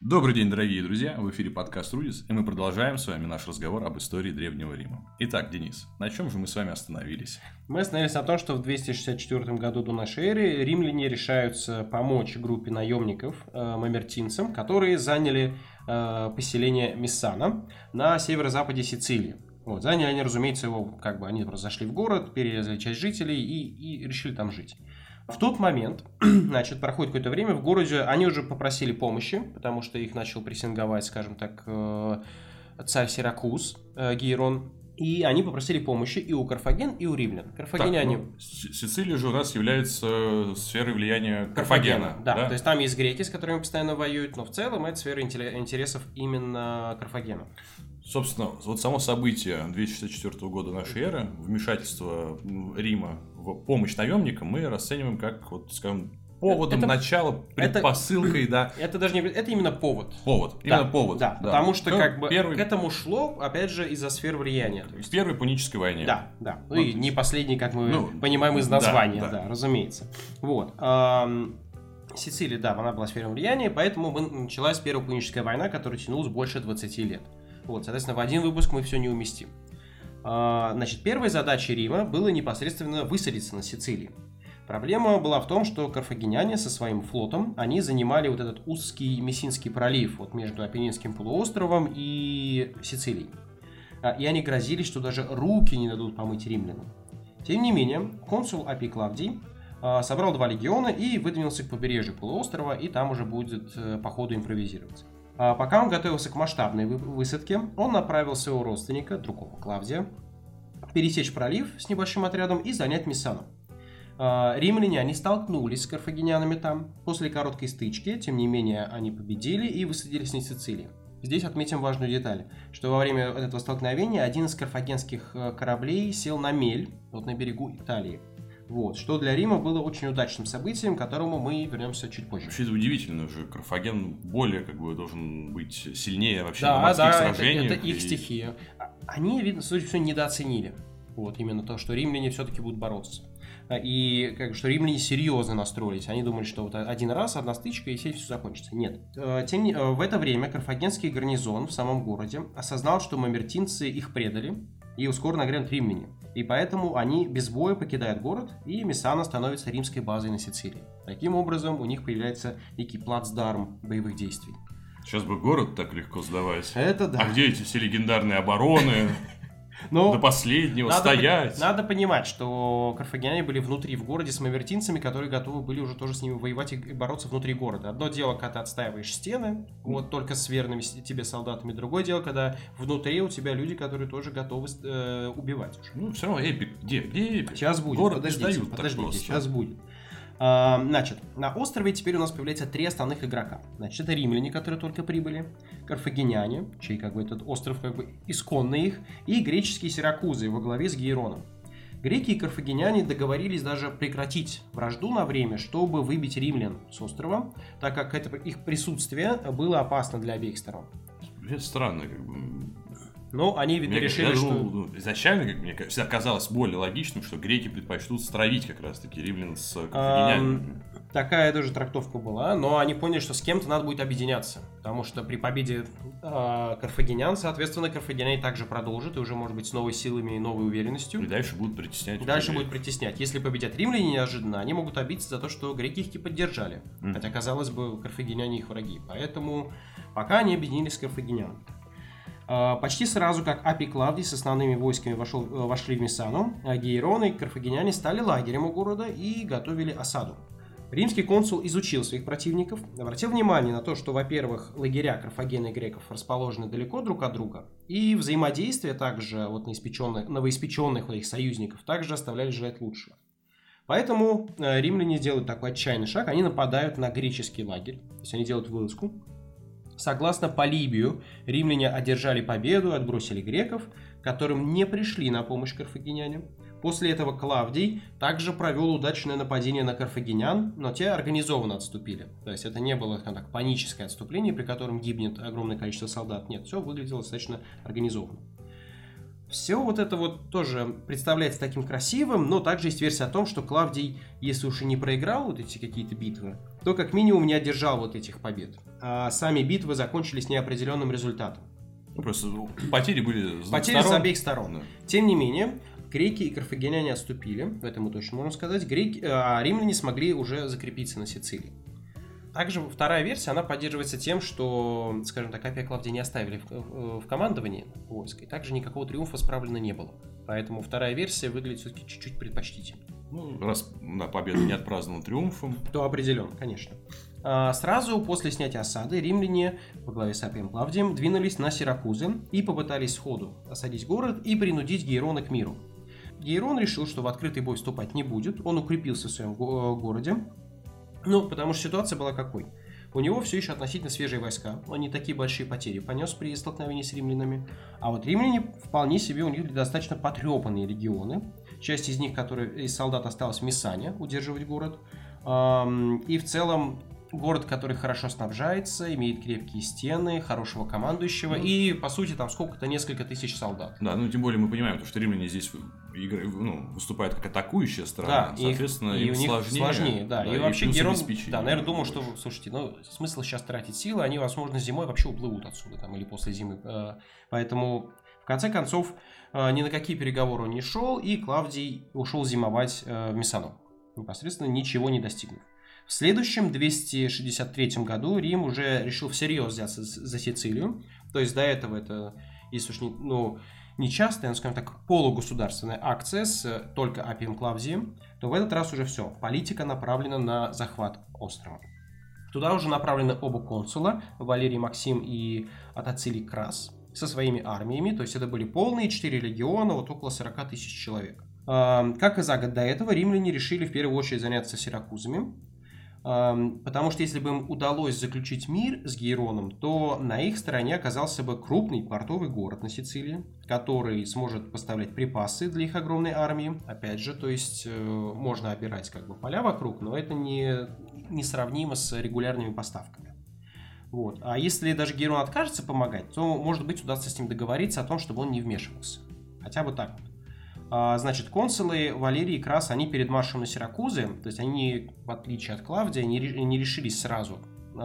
Добрый день, дорогие друзья! В эфире подкаст «Рудис», и мы продолжаем с вами наш разговор об истории Древнего Рима. Итак, Денис, на чем же мы с вами остановились? Мы остановились на том, что в 264 году до нашей эры римляне решаются помочь группе наемников, мамертинцам, которые заняли поселение Мессана на северо-западе Сицилии. Заняли они, разумеется, его, они просто зашли в город, перерезали часть жителей и решили там жить. В тот момент, проходит какое-то время, в городе они уже попросили помощи, потому что их начал прессинговать, царь Сиракуз, Гейрон, и они попросили помощи и у карфаген, и у римлян. Сицилия же у нас является сферой влияния Карфагена. Да, то есть там есть греки, с которыми постоянно воюют, но в целом это сфера интересов именно Карфагена. Собственно, само событие 264 года нашей эры, вмешательство Рима в помощь наемникам, мы расцениваем как, поводом начала, предпосылкой, Это именно повод. Повод. Да. Потому что к этому шло, опять же, из-за сфер влияния. То есть в Первой Пунической войне. Да. И не последний, как мы понимаем из названия, разумеется. Сицилия, она была сферой влияния, поэтому началась Первая Пуническая война, которая тянулась больше 20 лет. Соответственно, в один выпуск мы все не уместим. Первой задачей Рима было непосредственно высадиться на Сицилии. Проблема была в том, что карфагеняне со своим флотом, они занимали этот узкий Мессинский пролив между Апеннинским полуостровом и Сицилией. И они грозились, что даже руки не дадут помыть римлянам. Тем не менее, консул Апий Клавдий собрал 2 легиона и выдвинулся к побережью полуострова, и там уже будет по ходу импровизировать. Пока он готовился к масштабной высадке, он направил своего родственника, другого Клавдия, пересечь пролив с небольшим отрядом и занять Мессану. Римляне, они столкнулись с карфагенянами там. После короткой стычки, тем не менее, они победили и высадились на Сицилии. Здесь отметим важную деталь, что во время этого столкновения один из карфагенских кораблей сел на мель на берегу Италии. Что для Рима было очень удачным событием, к которому мы вернемся чуть позже. Вообще это удивительно уже. Карфаген более должен быть сильнее вообще на морских сражениях. Это их стихия. Они, видно, судя по всему, недооценили. Именно то, что римляне все-таки будут бороться. И что римляне серьезно настроились. Они думали, что один раз, одна стычка, и все закончится. Нет. В это время карфагенский гарнизон в самом городе осознал, что мамертинцы их предали, и скоро нагрянут римляне. И поэтому они без боя покидают город, и Мессана становится римской базой на Сицилии. Таким образом, у них появляется некий плацдарм боевых действий. Сейчас бы город так легко сдавать. Это да. А где эти все легендарные обороны? До последнего стоять. Надо понимать, что карфагеняне были внутри в городе с мамертинцами, которые готовы были уже тоже с ними воевать и бороться внутри города. Одно дело, когда ты отстаиваешь стены, только с верными тебе солдатами. Другое дело, когда внутри у тебя люди, которые тоже готовы убивать уже. Все равно эпик. Где эпик? Сейчас будет. Город Подождите, сейчас будет. На острове теперь у нас появляется 3 основных игрока. Это римляне, которые только прибыли, карфагеняне, чей этот остров исконный их, и греческие сиракузы во главе с Гейроном. Греки и карфагеняне договорились даже прекратить вражду на время, чтобы выбить римлян с острова, так как их присутствие было опасно для обеих сторон. Это странно, Но они, видно, решили, что... Изначально, мне всегда казалось более логичным, что греки предпочтут стравить как раз-таки римлян с карфагенянами. Такая тоже трактовка была, но они поняли, что с кем-то надо будет объединяться, потому что при победе карфагенян, соответственно, карфагеняне также продолжат, и уже, может быть, с новой силами и новой уверенностью. И дальше будут притеснять. Будут притеснять. Если победят римляне неожиданно, они могут обидеться за то, что греки их поддержали. Хотя, казалось бы, карфагеняне их враги. Поэтому пока они объединились с карфагенянами. Почти сразу, как Апий Клавдий с основными войсками вошли в Мессану, Гейрон и карфагеняне стали лагерем у города и готовили осаду. Римский консул изучил своих противников, обратил внимание на то, что, во-первых, лагеря Карфагена и греков расположены далеко друг от друга, и взаимодействие также новоиспеченных их союзников также оставляли желать лучшего. Поэтому римляне делают такой отчаянный шаг, они нападают на греческий лагерь, то есть они делают вылазку. Согласно Полибию, римляне одержали победу и отбросили греков, которым не пришли на помощь карфагеняне. После этого Клавдий также провел удачное нападение на карфагенян, но те организованно отступили. То есть это не было паническое отступление, при котором гибнет огромное количество солдат. Нет, все выглядело достаточно организованно. Все вот это вот тоже представляется таким красивым, но также есть версия о том, что Клавдий, если уж и не проиграл вот эти какие-то битвы, то как минимум не одержал вот этих побед. А сами битвы закончились неопределенным результатом. Просто потери были с обеих сторон. Да. Тем не менее, греки и карфагеняне отступили, в этом мы точно можем сказать, а римляне смогли уже закрепиться на Сицилии. Также вторая версия, она поддерживается тем, что, скажем так, Аппия Клавдия не оставили в командовании войска, и также никакого триумфа справлено не было. Поэтому вторая версия выглядит все-таки чуть-чуть предпочтительнее. Ну, раз победа не отпразднована триумфом, то определенно, конечно. Сразу после снятия осады римляне во главе с Аппием Клавдием двинулись на Сиракузы и попытались сходу осадить город и принудить Гейрона к миру. Гейрон решил, что в открытый бой вступать не будет, он укрепился в своем городе. Ну, потому что ситуация была какой? У него все еще относительно свежие войска, он не такие большие потери понес при столкновении с римлянами. А вот римляне вполне себе, у них достаточно потрепанные легионы. Часть из них, из солдат осталась в Мессане удерживать город. И в целом город, который хорошо снабжается, имеет крепкие стены, хорошего командующего и, по сути, там сколько-то, несколько тысяч солдат. Да, ну тем более мы понимаем, что римляне здесь выступают как атакующая страна, да, соответственно, им сложнее. Да. И вообще Герон, наверное, думал, больше. Что, слушайте, смысл сейчас тратить силы, они, возможно, зимой вообще уплывут отсюда, там, или после зимы. Поэтому, в конце концов, ни на какие переговоры он не шел, и Клавдий ушел зимовать в Мессану, непосредственно ничего не достигнув. В следующем, 263 году, Рим уже решил всерьез взяться за Сицилию. То есть до этого это, если уж не частая, но, скажем так, полугосударственная акция с только Аппием Клавдием, то в этот раз уже все. Политика направлена на захват острова. Туда уже направлены оба консула, Валерий Максим и Атацилий Крас, со своими армиями. То есть это были полные 4 легиона, вот около 40 тысяч человек. Как и за год до этого, римляне решили в первую очередь заняться Сиракузами. Потому что если бы им удалось заключить мир с Гейроном, то на их стороне оказался бы крупный портовый город на Сицилии, который сможет поставлять припасы для их огромной армии. Опять же, то есть можно обирать как бы поля вокруг, но это не сравнимо с регулярными поставками. Вот. А если даже Гейрон откажется помогать, то, может быть, удастся с ним договориться о том, чтобы он не вмешивался. Хотя бы так вот. Значит, консулы Валерий и Крас, они перед маршем на Сиракузы, то есть они, в отличие от Клавдия, не решились сразу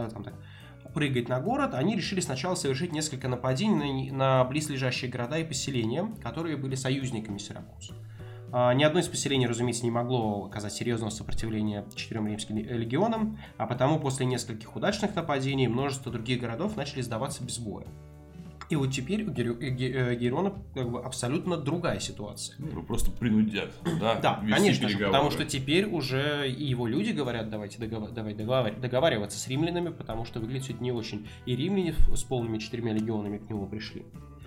прыгать на город, они решили сначала совершить несколько нападений на близлежащие города и поселения, которые были союзниками Сиракуз. Ни одно из поселений, разумеется, не могло оказать серьезного сопротивления 4 римским легионам, а потому после нескольких удачных нападений множество других городов начали сдаваться без боя. И вот теперь у Гейрона как бы абсолютно другая ситуация. Просто принудят, да? Да, конечно же, потому что теперь уже и его люди говорят, давайте договариваться с римлянами, потому что выглядит все это не очень. И римляне с полными 4 легионами к нему пришли.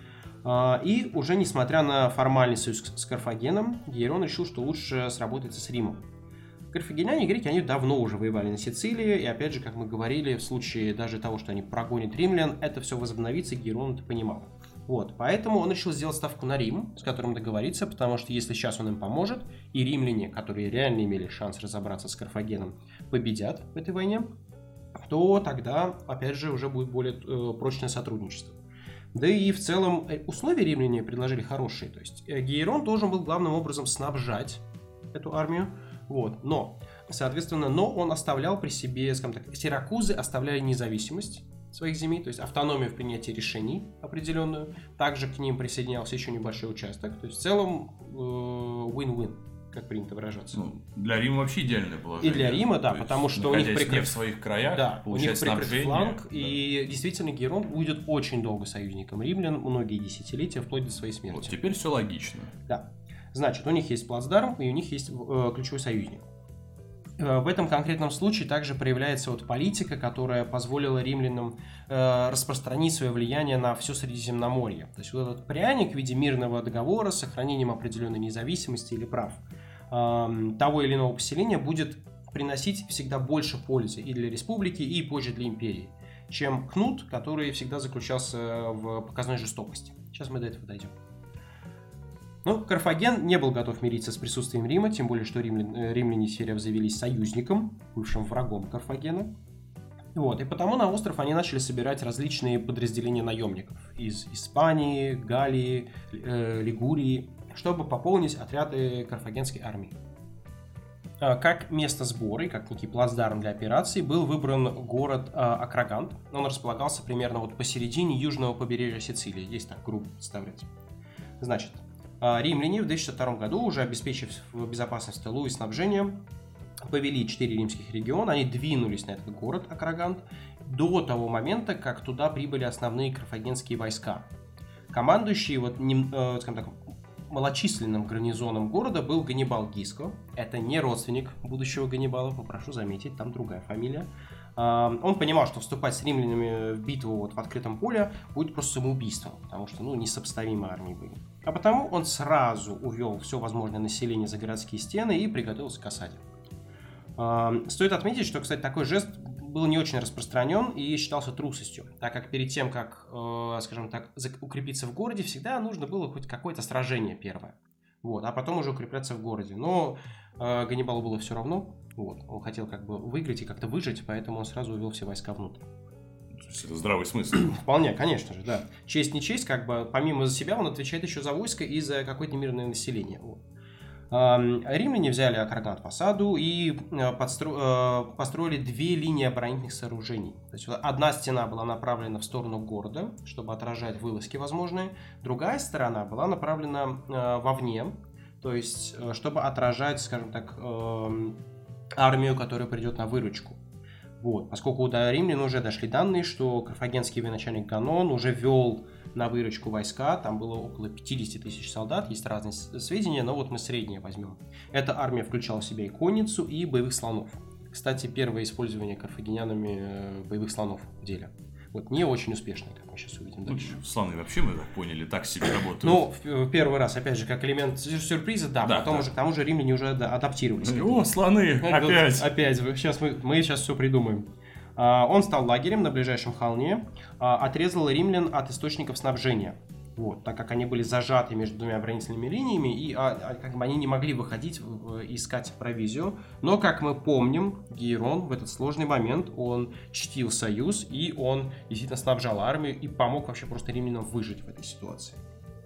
И уже несмотря на формальный союз с Карфагеном, Гейрон решил, что лучше сработаться с Римом. Карфагеняне и греки, они давно уже воевали на Сицилии, и опять же, как мы говорили, в случае даже того, что они прогонят римлян, это все возобновится, Гейрон это понимал. Вот, поэтому он решил сделать ставку на Рим, с которым договориться, потому что если сейчас он им поможет, и римляне, которые реально имели шанс разобраться с Карфагеном, победят в этой войне, то тогда, опять же, уже будет более прочное сотрудничество. Да и в целом условия римляне предложили хорошие, то есть Гейрон должен был главным образом снабжать эту армию. Вот, но он оставлял при себе, скажем так, Сиракузы оставляли независимость своих земель, то есть автономию в принятии решений определенную. Также к ним присоединялся еще небольшой участок. То есть в целом win-win, как принято выражаться. Для Рима вообще идеальное положение. И для Рима, да, потому что у них прикрыт в своих краях, да, получать снабжение. Фланг, да. И действительно Гейрон будет очень долго союзником римлян, многие десятилетия, вплоть до своей смерти. Вот теперь все логично. Да. Значит, у них есть плацдарм, и у них есть ключевой союзник. В этом конкретном случае также проявляется вот политика, которая позволила римлянам распространить свое влияние на все Средиземноморье. То есть вот этот пряник в виде мирного договора с сохранением определенной независимости или прав того или иного поселения будет приносить всегда больше пользы и для республики, и позже для империи, чем кнут, который всегда заключался в показной жестокости. Сейчас мы до этого дойдем. Но Карфаген не был готов мириться с присутствием Рима, тем более, что римляне теперь обзавелись союзником, бывшим врагом Карфагена. Вот, и потому на остров они начали собирать различные подразделения наемников из Испании, Галлии, Лигурии, чтобы пополнить отряды карфагенской армии. Как место сбора и как некий плацдарм для операции был выбран город Акрагант. Он располагался примерно вот посередине южного побережья Сицилии, здесь так грубо представлять. Значит, римляне в 262 году, уже обеспечив безопасность тылу и снабжение, повели 4 римских региона, они двинулись на этот город Акрагант до того момента, как туда прибыли основные карфагенские войска. Командующий, скажем так, малочисленным гарнизоном города был Ганнибал Гиско. Это не родственник будущего Ганнибала, попрошу заметить, там другая фамилия. Он понимал, что вступать с римлянами в битву вот в открытом поле будет просто самоубийством, потому что, несопоставимые армии были. А потому он сразу увел все возможное население за городские стены и приготовился к осаде. Стоит отметить, что, кстати, такой жест был не очень распространен и считался трусостью, так как перед тем, как, скажем так, укрепиться в городе, всегда нужно было хоть какое-то сражение первое, вот, а потом уже укрепляться в городе. Но Ганнибалу было все равно, вот, он хотел как бы выиграть и как-то выжить, поэтому он сразу увел все войска внутрь. То есть это здравый смысл. Вполне, конечно же, да. Честь не честь, как бы помимо за себя он отвечает еще за войско и за какое-то мирное население. Вот. Римляне взяли Акрагант в осаду и построили 2 линии оборонительных сооружений. То есть одна стена была направлена в сторону города, чтобы отражать вылазки возможные, другая сторона была направлена вовне, то есть чтобы отражать, скажем так, армию, которая придет на выручку. Вот. Поскольку до римлян уже дошли данные, что карфагенский военачальник Ганон уже вел на выручку войска, там было около 50 тысяч солдат, есть разные сведения, но вот мы среднее возьмем. Эта армия включала в себя и конницу, и боевых слонов. Кстати, первое использование карфагенянами боевых слонов в деле. Вот не очень успешное, как мы сейчас увидим дальше. Слоны вообще, мы так поняли, так себе работают. В первый раз, опять же, как элемент сюрприза, да, потом уже к тому же римляне уже адаптировались. О, слоны, опять! Опять, мы сейчас все придумаем. Он стал лагерем на ближайшем холме, отрезал римлян от источников снабжения, вот, так как они были зажаты между 2 оборонительными линиями, и как бы они не могли выходить искать провизию. Но, как мы помним, Гейрон в этот сложный момент, он чтил союз, и он действительно снабжал армию и помог вообще просто римлянам выжить в этой ситуации.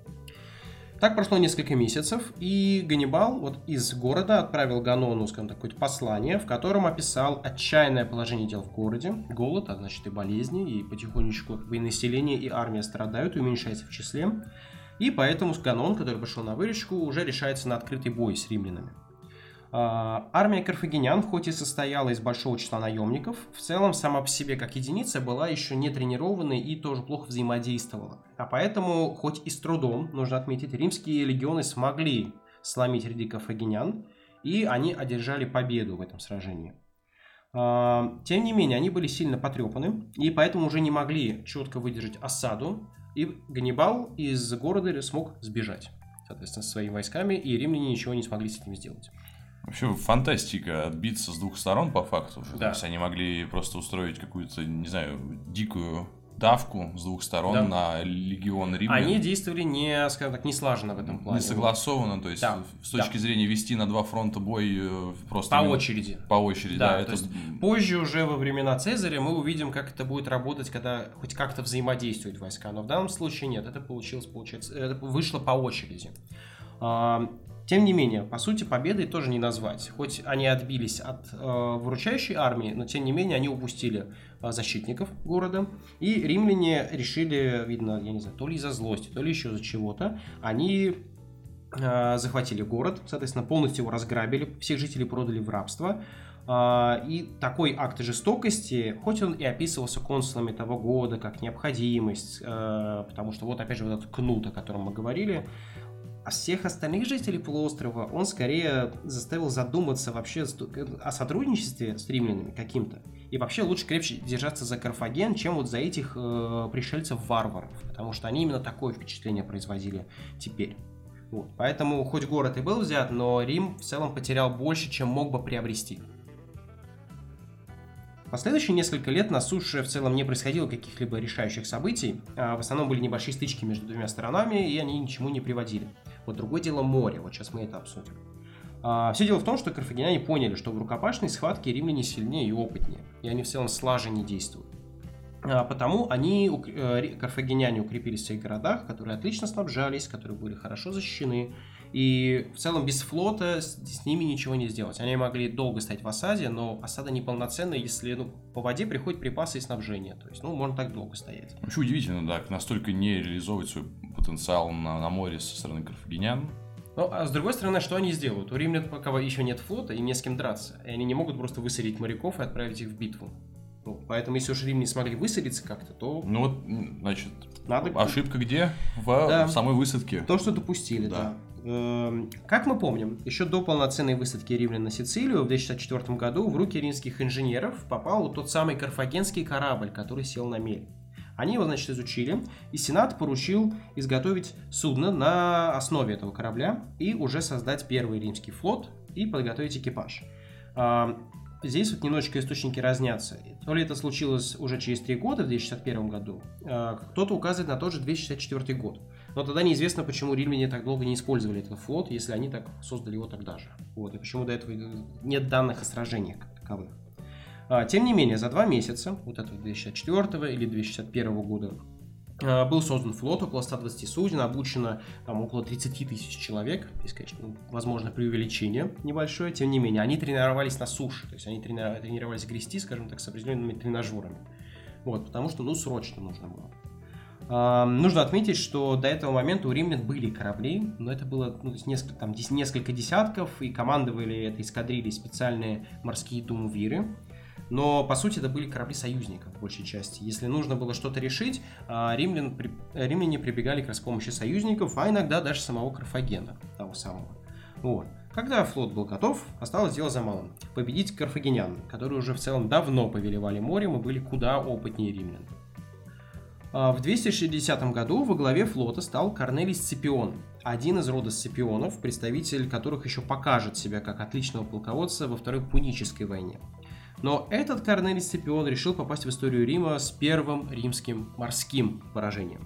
Так прошло несколько месяцев, и Ганнибал вот из города отправил Ганону, скажем так, какое-то послание, в котором описал отчаянное положение дел в городе, голод, а значит и болезни, и потихонечку как бы и население, и армия страдают, и уменьшается в числе, и поэтому Ганон, который пришел на выручку, уже решается на открытый бой с римлянами. Армия карфагенян, хоть и состояла из большого числа наемников, в целом сама по себе как единица была еще не тренированной и тоже плохо взаимодействовала. А поэтому, хоть и с трудом, нужно отметить, римские легионы смогли сломить ряды карфагенян, и они одержали победу в этом сражении. Тем не менее, они были сильно потрепаны, и поэтому уже не могли четко выдержать осаду, и Ганнибал из города смог сбежать, соответственно, со своими войсками, и римляне ничего не смогли с этим сделать. Вообще фантастика, отбиться с 2 сторон по факту. Да. То есть они могли просто устроить какую-то, не знаю, дикую давку с 2 сторон на легион римлян. Они действовали не, скажем так, не слаженно в этом плане. Не согласованно, то есть с точки зрения вести на 2 фронта бой просто... По очереди. По очереди, да. То есть позже уже во времена Цезаря мы увидим, как это будет работать, когда хоть как-то взаимодействуют войска. Но в данном случае нет, это вышло по очереди. Тем не менее, по сути, победой тоже не назвать. Хоть они отбились от выручающей армии, но тем не менее они упустили защитников города. И римляне решили, видно, я не знаю, то ли из-за злости, то ли еще из-за чего-то, они захватили город, соответственно, полностью его разграбили, всех жителей продали в рабство. И такой акт жестокости, хоть он и описывался консулами того года как необходимость, потому что вот опять же вот этот кнут, о котором мы говорили, а всех остальных жителей полуострова он скорее заставил задуматься вообще о сотрудничестве с римлянами каким-то. И вообще лучше крепче держаться за Карфаген, чем вот за этих пришельцев-варваров. Потому что они именно такое впечатление производили теперь. Вот. Поэтому хоть город и был взят, но Рим в целом потерял больше, чем мог бы приобрести. В последующие несколько лет на суше в целом не происходило каких-либо решающих событий. В основном были небольшие стычки между 2 сторонами, и они ни к чему не приводили. Вот другое дело море, вот сейчас мы это обсудим. Все дело в том, что карфагеняне поняли, что в рукопашной схватке римляне сильнее и опытнее, и они в целом слаженнее действуют. Потому карфагеняне укрепились в своих городах, которые отлично снабжались, которые были хорошо защищены. И в целом без флота с ними ничего не сделать. Они могли долго стоять в осаде, но осада неполноценная, если по воде приходят припасы и снабжение. То есть, можно так долго стоять. Вообще удивительно, да, настолько не реализовывать свой потенциал на море со стороны карфагенян. А с другой стороны, что они сделают? У римлян пока еще нет флота, им не с кем драться. И они не могут просто высадить моряков и отправить их в битву. Поэтому, если уж римляне смогли высадиться как-то, то... Значит, ошибка где? В самой высадке. То, что допустили, да. Как мы помним, еще до полноценной высадки римлян на Сицилию в 264 году в руки римских инженеров попал тот самый карфагенский корабль, который сел на мель. Они его, изучили, и Сенат поручил изготовить судно на основе этого корабля и уже создать первый римский флот и подготовить экипаж. Здесь немножечко источники разнятся. То ли это случилось уже через 3 года, в 2061 году, кто-то указывает на тот же 264 год. Но тогда неизвестно, почему римляне так долго не использовали этот флот, если они так создали его тогда же. И почему до этого нет данных о сражениях как таковых. Тем не менее, за 2 месяца, этого 2064 или 2061 года, был создан флот, около 120 суден, обучено около 30 тысяч человек. Здесь, конечно, возможно, преувеличение небольшое, тем не менее, они тренировались на суше, то есть они тренировались грести, скажем так, с определенными тренажерами. Потому что, срочно нужно было. Нужно отметить, что до этого момента у римлян были корабли, но это было несколько десятков, и командовали этой эскадрильей специальные морские думвиры. Но, по сути, это были корабли союзников, в большей части. Если нужно было что-то решить, римляне прибегали к помощи союзников, а иногда даже самого Карфагена, того самого. Когда флот был готов, осталось дело за малым. Победить карфагенян, которые уже в целом давно повелевали морем и были куда опытнее римлян. В 260 году во главе флота стал Корнелий Сципион, один из рода Сципионов, представитель которых еще покажет себя как отличного полководца во Второй Пунической войне. Но этот Корнелий Сципион решил попасть в историю Рима с первым римским морским поражением.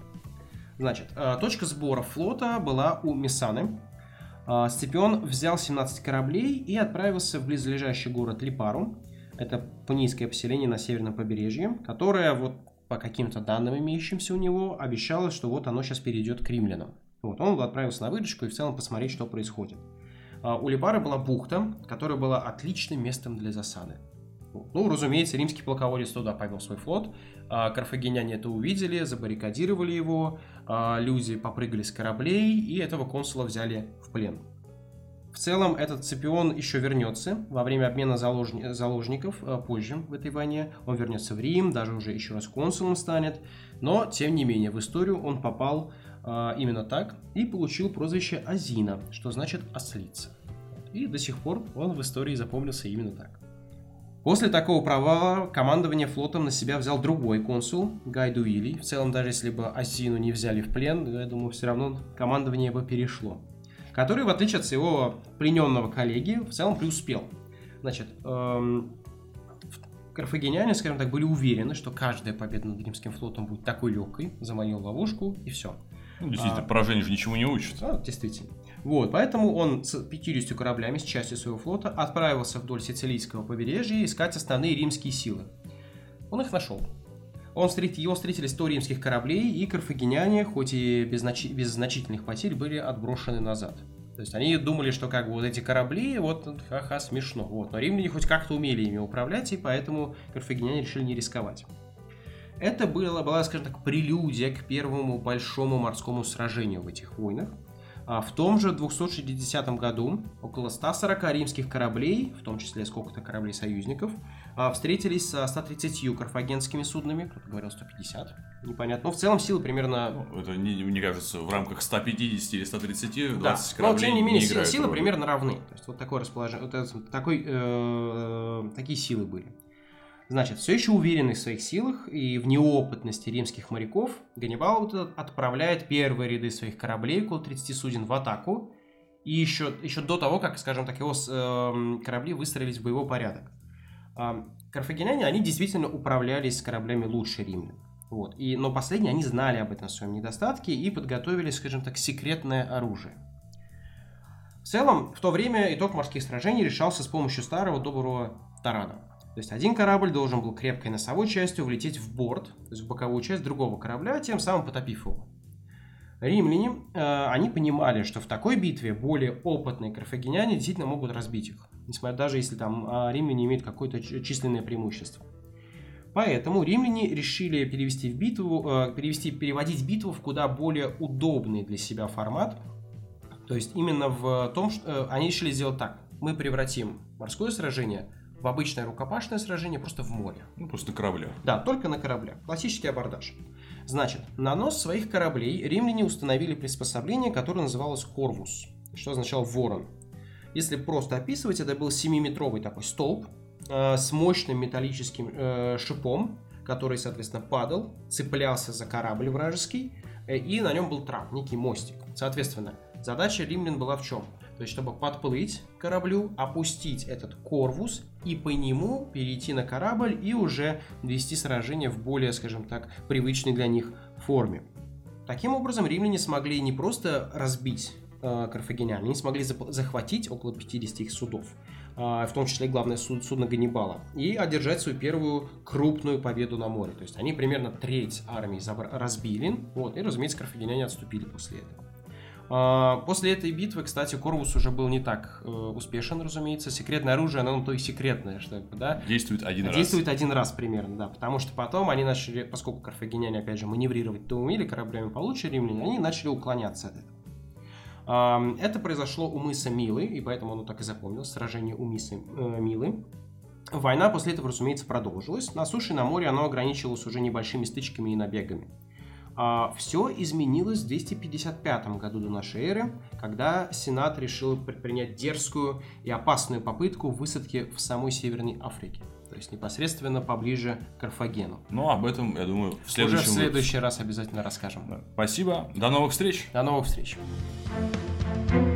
Точка сбора флота была у Мессаны. Сципион взял 17 кораблей и отправился в близлежащий город Липару. Это пунийское поселение на северном побережье, которое, по каким-то данным имеющимся у него, обещало, что оно сейчас перейдет к римлянам. Он отправился на выручку и в целом посмотреть, что происходит. У Липары была бухта, которая была отличным местом для засады. Разумеется, римский полководец туда повел свой флот, карфагеняне это увидели, забаррикадировали его, люди попрыгали с кораблей и этого консула взяли в плен. В целом, этот Сципион еще вернется во время обмена заложников позже в этой войне. Он вернется в Рим, даже уже еще раз консулом станет, но, тем не менее, в историю он попал именно так и получил прозвище Азина, что значит «ослица». И до сих пор он в истории запомнился именно так. После такого провала командование флотом на себя взял другой консул, Гай Дуилий. В целом, даже если бы Азину не взяли в плен, я думаю, все равно командование бы перешло. Который, в отличие от своего плененного коллеги, в целом преуспел. Карфагеняне, скажем так, были уверены, что каждая победа над римским флотом будет такой легкой, заманил ловушку и все. Действительно, поражение же ничего не учит. Действительно. Поэтому он с 50 кораблями, с частью своего флота, отправился вдоль Сицилийского побережья искать основные римские силы. Он их нашел. Его встретили 100 римских кораблей, и карфагеняне, хоть и без значительных потерь, были отброшены назад. То есть они думали, что эти корабли, ха-ха, смешно. Но римляне хоть как-то умели ими управлять, и поэтому карфагеняне решили не рисковать. Это была, скажем так, прелюдия к первому большому морскому сражению в этих войнах. В том же 260 году около 140 римских кораблей, в том числе сколько-то кораблей союзников, встретились со 130 карфагенскими суднами, кто-то говорил 150, непонятно. Но в целом силы примерно... Это, мне кажется, в рамках 150 или 130 20 да. кораблей. Но тем не менее не силы примерно равны. То есть такое расположение, такие силы были. Все еще уверенный в своих силах и в неопытности римских моряков, Ганнибал отправляет первые ряды своих кораблей, около 30 суден, в атаку, и еще до того, как, скажем так, его корабли выстроились в боевой порядок. Карфагеняне, они действительно управлялись с кораблями лучше римлян. Но последние, они знали об этом своем недостатке и подготовили, скажем так, секретное оружие. В целом, в то время итог морских сражений решался с помощью старого доброго тарана. То есть один корабль должен был крепкой носовой частью влететь в борт, то есть в боковую часть другого корабля, тем самым потопив его. Римляне, они понимали, что в такой битве более опытные карфагеняне действительно могут разбить их, несмотря даже если там римляне имеют какое-то численное преимущество. Поэтому римляне решили переводить битву в куда более удобный для себя формат. То есть именно в том, что они решили сделать так. Мы превратим морское сражение в обычное рукопашное сражение просто в море. Ну, просто на кораблях. Да, только на кораблях. Классический абордаж. Значит, на нос своих кораблей римляне установили приспособление, которое называлось корвус, что означало ворон. Если просто описывать, это был 7-метровый такой столб с мощным металлическим шипом, который, соответственно, падал, цеплялся за корабль вражеский, и на нем был трап, некий мостик. Соответственно, задача римлян была в чем? То есть, чтобы подплыть к кораблю, опустить этот корвус и по нему перейти на корабль и уже вести сражение в более, скажем так, привычной для них форме. Таким образом, римляне смогли не просто разбить карфагенян, они смогли захватить около 50 их судов, в том числе главное судно Ганнибала, и одержать свою первую крупную победу на море. То есть, они примерно треть армии разбили, и, разумеется, карфагеняне отступили после этого. После этой битвы, кстати, корвус уже был не так успешен, разумеется. Секретное оружие, оно на то и секретное, что да, действует один раз примерно, да. Потому что потом они начали, поскольку карфагеняне, опять же, маневрировать-то умели кораблями получше римляне, они начали уклоняться от этого. Это произошло у мыса Милы, и поэтому оно так и запомнилось, сражение у мыса Милы. Война после этого, разумеется, продолжилась. На суше и на море оно ограничивалось уже небольшими стычками и набегами. Все изменилось в 255 году до нашей эры, когда Сенат решил предпринять дерзкую и опасную попытку высадки в самой Северной Африке. То есть непосредственно поближе к Карфагену. Ну, об этом, я думаю, в следующий раз обязательно расскажем. Да. Спасибо. До новых встреч. До новых встреч.